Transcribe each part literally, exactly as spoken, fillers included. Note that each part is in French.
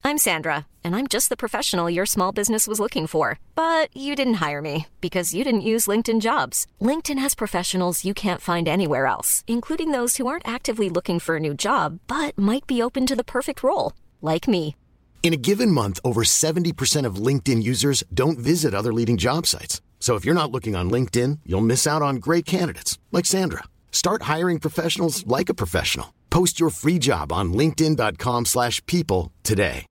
I'm Sandra, and I'm just the professional your small business was looking for. But you didn't hire me because you didn't use LinkedIn Jobs. LinkedIn has professionals you can't find anywhere else, including those who aren't actively looking for a new job, but might be open to the perfect role, like me. In a given month, over seventy percent of LinkedIn users don't visit other leading job sites. So if you're not looking on LinkedIn, you'll miss out on great candidates like Sandra. Start hiring professionals like a professional. Post your free job on linkedin dot com slash people today.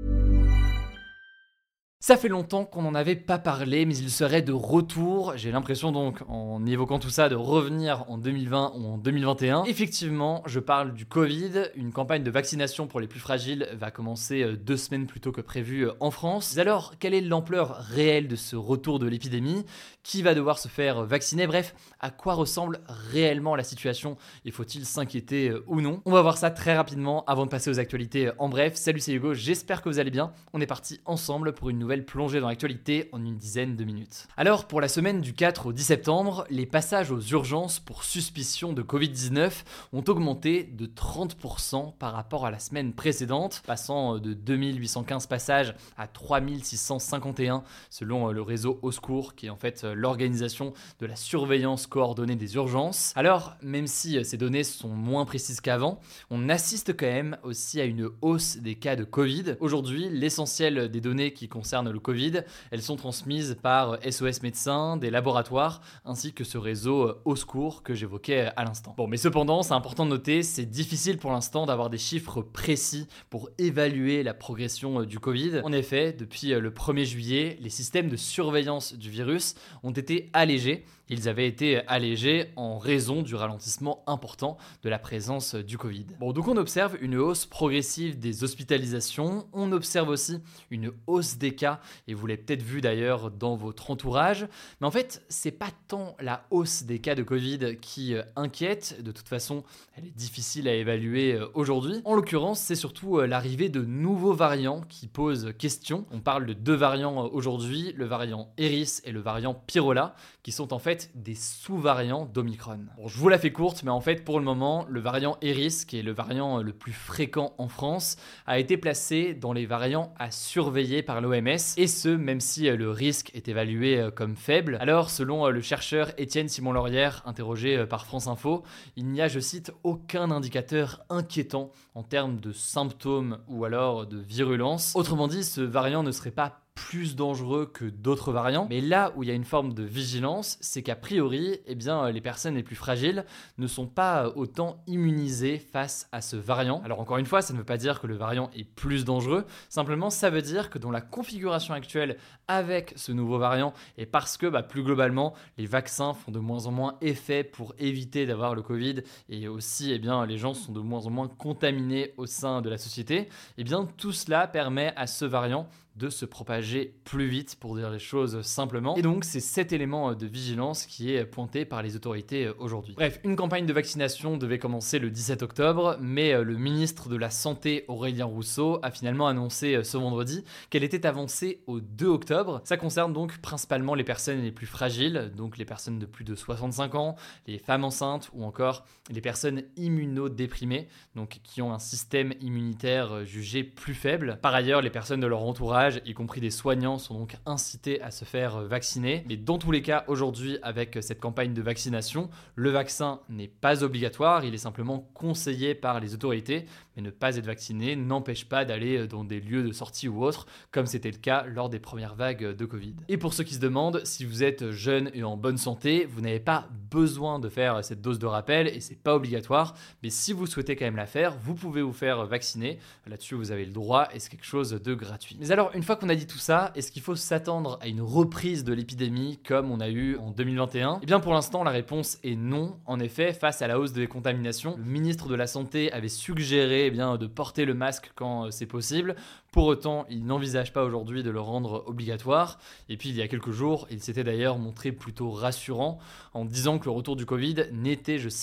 Ça fait longtemps qu'on n'en avait pas parlé, mais il serait de retour. J'ai l'impression donc, en évoquant tout ça, de revenir en deux mille vingt ou en deux mille vingt et un. Effectivement, je parle du Covid. Une campagne de vaccination pour les plus fragiles va commencer deux semaines plus tôt que prévu en France. Mais alors, quelle est l'ampleur réelle de ce retour de l'épidémie ? Qui va devoir se faire vacciner ? Bref, à quoi ressemble réellement la situation ? Et faut-il s'inquiéter ou non ? On va voir ça très rapidement avant de passer aux actualités en bref. Salut, c'est Hugo, j'espère que vous allez bien. On est parti ensemble pour une nouvelle Nouvelle plongée dans l'actualité en une dizaine de minutes. Alors, pour la semaine du quatre au dix septembre, les passages aux urgences pour suspicion de covid dix-neuf ont augmenté de trente pour cent par rapport à la semaine précédente, passant de deux mille huit cent quinze passages à trois mille six cent cinquante et un selon le réseau Au Secours, qui est en fait l'organisation de la surveillance coordonnée des urgences. Alors, même si ces données sont moins précises qu'avant, on assiste quand même aussi à une hausse des cas de Covid. Aujourd'hui, l'essentiel des données qui concernent le Covid, elles sont transmises par S O S Médecins, des laboratoires, ainsi que ce réseau Au Secours que j'évoquais à l'instant. Bon, mais cependant, c'est important de noter, c'est difficile pour l'instant d'avoir des chiffres précis pour évaluer la progression du Covid. En effet, depuis le premier juillet, les systèmes de surveillance du virus ont été allégés. Ils avaient été allégés en raison du ralentissement important de la présence du Covid. Bon, donc on observe une hausse progressive des hospitalisations, on observe aussi une hausse des cas, et vous l'avez peut-être vu d'ailleurs dans votre entourage, mais en fait, c'est pas tant la hausse des cas de Covid qui inquiète, de toute façon, elle est difficile à évaluer aujourd'hui. En l'occurrence, c'est surtout l'arrivée de nouveaux variants qui posent question. On parle de deux variants aujourd'hui, le variant Eris et le variant Pyrola, qui sont en fait des sous-variants d'Omicron. Bon, je vous la fais courte, mais en fait, pour le moment, le variant Eris, qui est le variant le plus fréquent en France, a été placé dans les variants à surveiller par l'O M S, et ce, même si le risque est évalué comme faible. Alors, selon le chercheur Étienne Simon-Laurière, interrogé par France Info, il n'y a, je cite, aucun indicateur inquiétant en termes de symptômes ou alors de virulence. Autrement dit, ce variant ne serait pas plus dangereux que d'autres variants, mais là où il y a une forme de vigilance, c'est qu'a priori, eh bien, les personnes les plus fragiles ne sont pas autant immunisées face à ce variant. Alors encore une fois, ça ne veut pas dire que le variant est plus dangereux, simplement ça veut dire que dans la configuration actuelle avec ce nouveau variant, et parce que bah, plus globalement, les vaccins font de moins en moins effet pour éviter d'avoir le Covid, et aussi eh bien, les gens sont de moins en moins contaminés au sein de la société, eh bien tout cela permet à ce variant de se propager plus vite, pour dire les choses simplement. Et donc, c'est cet élément de vigilance qui est pointé par les autorités aujourd'hui. Bref, une campagne de vaccination devait commencer le dix-sept octobre, mais le ministre de la Santé, Aurélien Rousseau, a finalement annoncé ce vendredi qu'elle était avancée au deux octobre. Ça concerne donc principalement les personnes les plus fragiles, donc les personnes de plus de soixante-cinq ans, les femmes enceintes ou encore les personnes immunodéprimées, donc qui ont un système immunitaire jugé plus faible. Par ailleurs, les personnes de leur entourage, y compris des soignants, sont donc incités à se faire vacciner. Mais dans tous les cas, aujourd'hui, avec cette campagne de vaccination, le vaccin n'est pas obligatoire, il est simplement conseillé par les autorités, mais ne pas être vacciné n'empêche pas d'aller dans des lieux de sortie ou autres, comme c'était le cas lors des premières vagues de Covid. Et pour ceux qui se demandent, si vous êtes jeune et en bonne santé, vous n'avez pas besoin de faire cette dose de rappel, et c'est pas obligatoire, mais si vous souhaitez quand même la faire, vous pouvez vous faire vacciner. Là-dessus, vous avez le droit, et c'est quelque chose de gratuit. Mais alors, une fois qu'on a dit tout ça, est-ce qu'il faut s'attendre à une reprise de l'épidémie comme on a eu en deux mille vingt et un ? Eh bien pour l'instant la réponse est non. En effet, face à la hausse des contaminations, le ministre de la Santé avait suggéré eh bien, de porter le masque quand c'est possible. Pour autant, il n'envisage pas aujourd'hui de le rendre obligatoire. Et puis il y a quelques jours, il s'était d'ailleurs montré plutôt rassurant en disant que le retour du Covid n'était, je cite,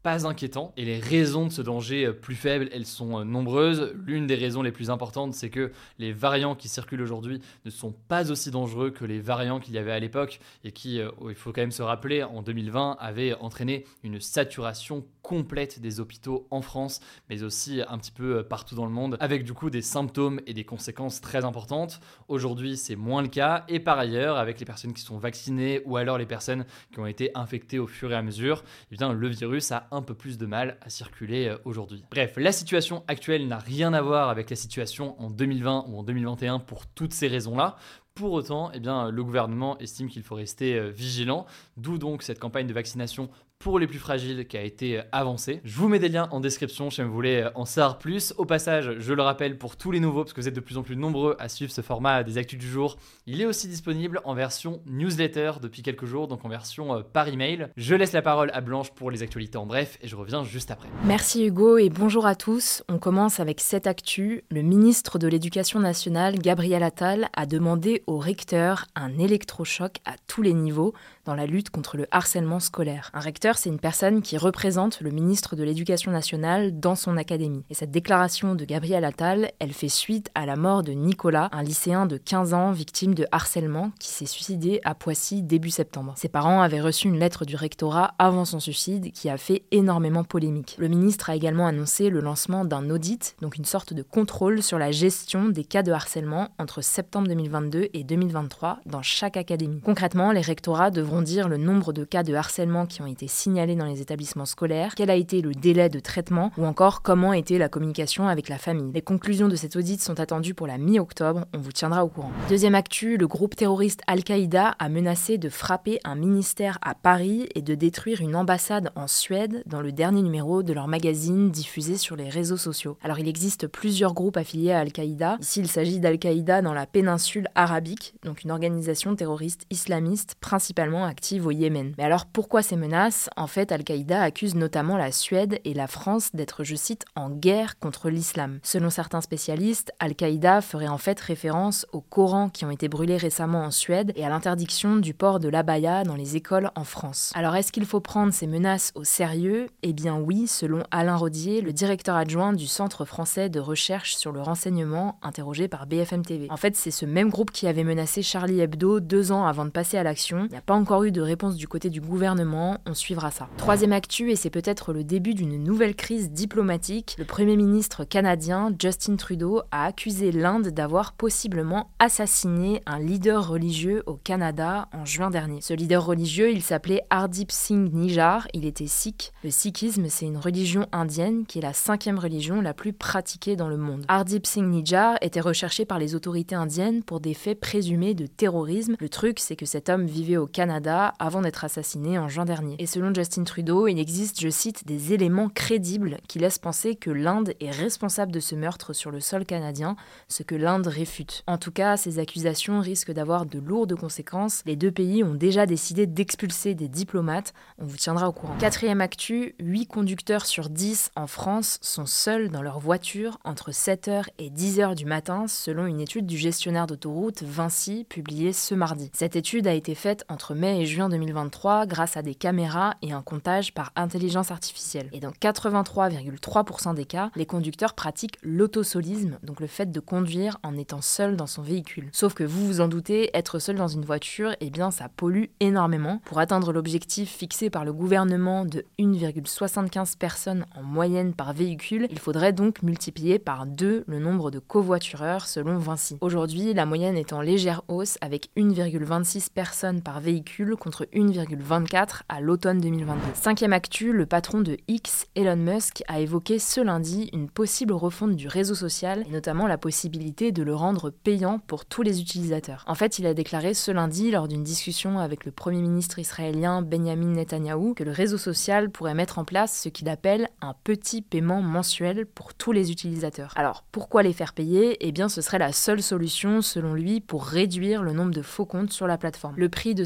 pas inquiétant. Et les raisons de ce danger plus faible, elles sont nombreuses. L'une des raisons les plus importantes, c'est que les variants qui circulent aujourd'hui ne sont pas aussi dangereux que les variants qu'il y avait à l'époque et qui, euh, il faut quand même se rappeler, en deux mille vingt, avaient entraîné une saturation complète des hôpitaux en France, mais aussi un petit peu partout dans le monde, avec du coup des symptômes et des conséquences très importantes. Aujourd'hui, c'est moins le cas. Et par ailleurs, avec les personnes qui sont vaccinées ou alors les personnes qui ont été infectées au fur et à mesure, eh bien, le virus a un peu plus de mal à circuler aujourd'hui. Bref, la situation actuelle n'a rien à voir avec la situation en deux mille vingt ou en deux mille vingt et un pour toutes ces raisons-là. Pour autant, eh bien, le gouvernement estime qu'il faut rester vigilant, d'où donc cette campagne de vaccination pour les plus fragiles qui a été avancée. Je vous mets des liens en description si vous voulez en savoir plus. Au passage, je le rappelle pour tous les nouveaux, parce que vous êtes de plus en plus nombreux à suivre ce format des Actus du jour, il est aussi disponible en version newsletter depuis quelques jours, donc en version par email. Je laisse la parole à Blanche pour les actualités en bref et je reviens juste après. Merci Hugo et bonjour à tous. On commence avec cette actu. Le ministre de l'Éducation nationale, Gabriel Attal, a demandé aux recteurs un électrochoc à tous les niveaux dans la lutte contre le harcèlement scolaire. Un recteur, c'est une personne qui représente le ministre de l'Éducation nationale dans son académie. Et cette déclaration de Gabriel Attal, elle fait suite à la mort de Nicolas, un lycéen de quinze ans victime de harcèlement qui s'est suicidé à Poissy début septembre. Ses parents avaient reçu une lettre du rectorat avant son suicide qui a fait énormément polémique. Le ministre a également annoncé le lancement d'un audit, donc une sorte de contrôle sur la gestion des cas de harcèlement entre septembre deux mille vingt-deux et deux mille vingt-trois dans chaque académie. Concrètement, les rectorats devront dire le nombre de cas de harcèlement qui ont été signalés dans les établissements scolaires, quel a été le délai de traitement ou encore comment était la communication avec la famille. Les conclusions de cet audit sont attendues pour la mi-octobre, on vous tiendra au courant. Deuxième actu, le groupe terroriste Al-Qaïda a menacé de frapper un ministère à Paris et de détruire une ambassade en Suède dans le dernier numéro de leur magazine diffusé sur les réseaux sociaux. Alors il existe plusieurs groupes affiliés à Al-Qaïda. Ici il s'agit d'Al-Qaïda dans la péninsule arabique, donc une organisation terroriste islamiste principalement active au Yémen. Mais alors pourquoi ces menaces ? En fait, Al-Qaïda accuse notamment la Suède et la France d'être, je cite, en guerre contre l'islam. Selon certains spécialistes, Al-Qaïda ferait en fait référence aux Corans qui ont été brûlés récemment en Suède et à l'interdiction du port de l'abaya dans les écoles en France. Alors est-ce qu'il faut prendre ces menaces au sérieux ? Eh bien oui, selon Alain Rodier, le directeur adjoint du Centre français de recherche sur le renseignement, interrogé par B F M T V. En fait, c'est ce même groupe qui avait menacé Charlie Hebdo deux ans avant de passer à l'action. Il n'y a pas encore eu de réponse du côté du gouvernement, on suivra ça. Troisième actu, et c'est peut-être le début d'une nouvelle crise diplomatique, le Premier ministre canadien Justin Trudeau a accusé l'Inde d'avoir possiblement assassiné un leader religieux au Canada en juin dernier. Ce leader religieux, il s'appelait Hardeep Singh Nijjar, il était sikh. Le sikhisme, c'est une religion indienne qui est la cinquième religion la plus pratiquée dans le monde. Hardeep Singh Nijjar était recherché par les autorités indiennes pour des faits présumés de terrorisme. Le truc, c'est que cet homme vivait au Canada avant d'être assassiné en juin dernier. Et selon Justin Trudeau, il existe, je cite, des éléments crédibles qui laissent penser que l'Inde est responsable de ce meurtre sur le sol canadien, ce que l'Inde réfute. En tout cas, ces accusations risquent d'avoir de lourdes conséquences. Les deux pays ont déjà décidé d'expulser des diplomates. On vous tiendra au courant. Quatrième actu, huit conducteurs sur dix en France sont seuls dans leur voiture entre sept heures et dix heures du matin, selon une étude du gestionnaire d'autoroute Vinci, publiée ce mardi. Cette étude a été faite entre mai et juin deux mille vingt-trois grâce à des caméras et un comptage par intelligence artificielle. Et dans quatre-vingt-trois virgule trois pour cent des cas, les conducteurs pratiquent l'autosolisme, donc le fait de conduire en étant seul dans son véhicule. Sauf que vous vous en doutez, être seul dans une voiture, eh bien ça pollue énormément. Pour atteindre l'objectif fixé par le gouvernement de une virgule soixante-quinze personnes en moyenne par véhicule, il faudrait donc multiplier par deux le nombre de covoitureurs selon Vinci. Aujourd'hui, la moyenne est en légère hausse avec une virgule vingt-six personnes par véhicule contre une virgule vingt-quatre à l'automne deux mille vingt-deux. Cinquième actu, le patron de X, Elon Musk, a évoqué ce lundi une possible refonte du réseau social et notamment la possibilité de le rendre payant pour tous les utilisateurs. En fait, il a déclaré ce lundi lors d'une discussion avec le premier ministre israélien Benjamin Netanyahou que le réseau social pourrait mettre en place ce qu'il appelle un petit paiement mensuel pour tous les utilisateurs. Alors, pourquoi les faire payer ? Eh bien, ce serait la seule solution, selon lui, pour réduire le nombre de faux comptes sur la plateforme. Le prix de ce potentiel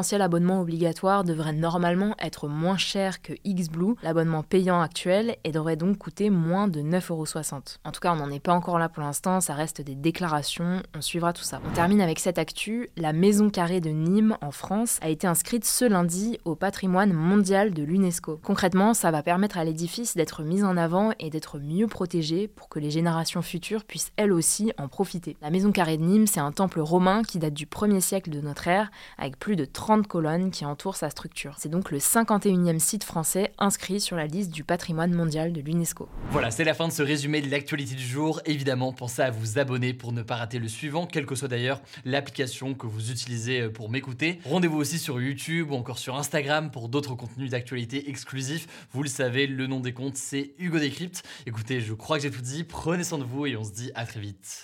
potentiel abonnement obligatoire devrait normalement être moins cher que Xblue, l'abonnement payant actuel, et devrait donc coûter moins de neuf euros soixante. En tout cas, on n'en est pas encore là pour l'instant, ça reste des déclarations, on suivra tout ça. On termine avec cette actu, la Maison Carrée de Nîmes, en France, a été inscrite ce lundi au patrimoine mondial de l'UNESCO. Concrètement, ça va permettre à l'édifice d'être mis en avant et d'être mieux protégé pour que les générations futures puissent elles aussi en profiter. La Maison Carrée de Nîmes, c'est un temple romain qui date du premier siècle de notre ère, avec plus de trente colonnes qui entourent sa structure. C'est donc le cinquante et unième site français inscrit sur la liste du patrimoine mondial de l'UNESCO. Voilà, c'est la fin de ce résumé de l'actualité du jour. Évidemment, pensez à vous abonner pour ne pas rater le suivant, quelle que soit d'ailleurs l'application que vous utilisez pour m'écouter. Rendez-vous aussi sur YouTube ou encore sur Instagram pour d'autres contenus d'actualité exclusifs. Vous le savez, le nom des comptes, c'est Hugo Décrypte. Écoutez, je crois que j'ai tout dit. Prenez soin de vous et on se dit à très vite.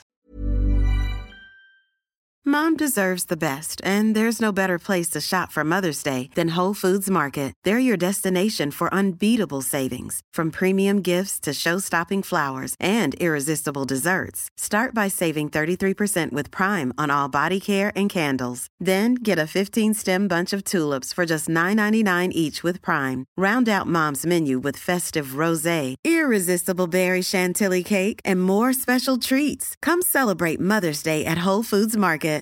Mom deserves the best, and there's no better place to shop for Mother's Day than Whole Foods Market. They're your destination for unbeatable savings, from premium gifts to show-stopping flowers and irresistible desserts. Start by saving thirty-three percent with Prime on all body care and candles. Then get a fifteen-stem bunch of tulips for just nine ninety-nine each with Prime. Round out Mom's menu with festive rosé, irresistible berry chantilly cake, and more special treats. Come celebrate Mother's Day at Whole Foods Market.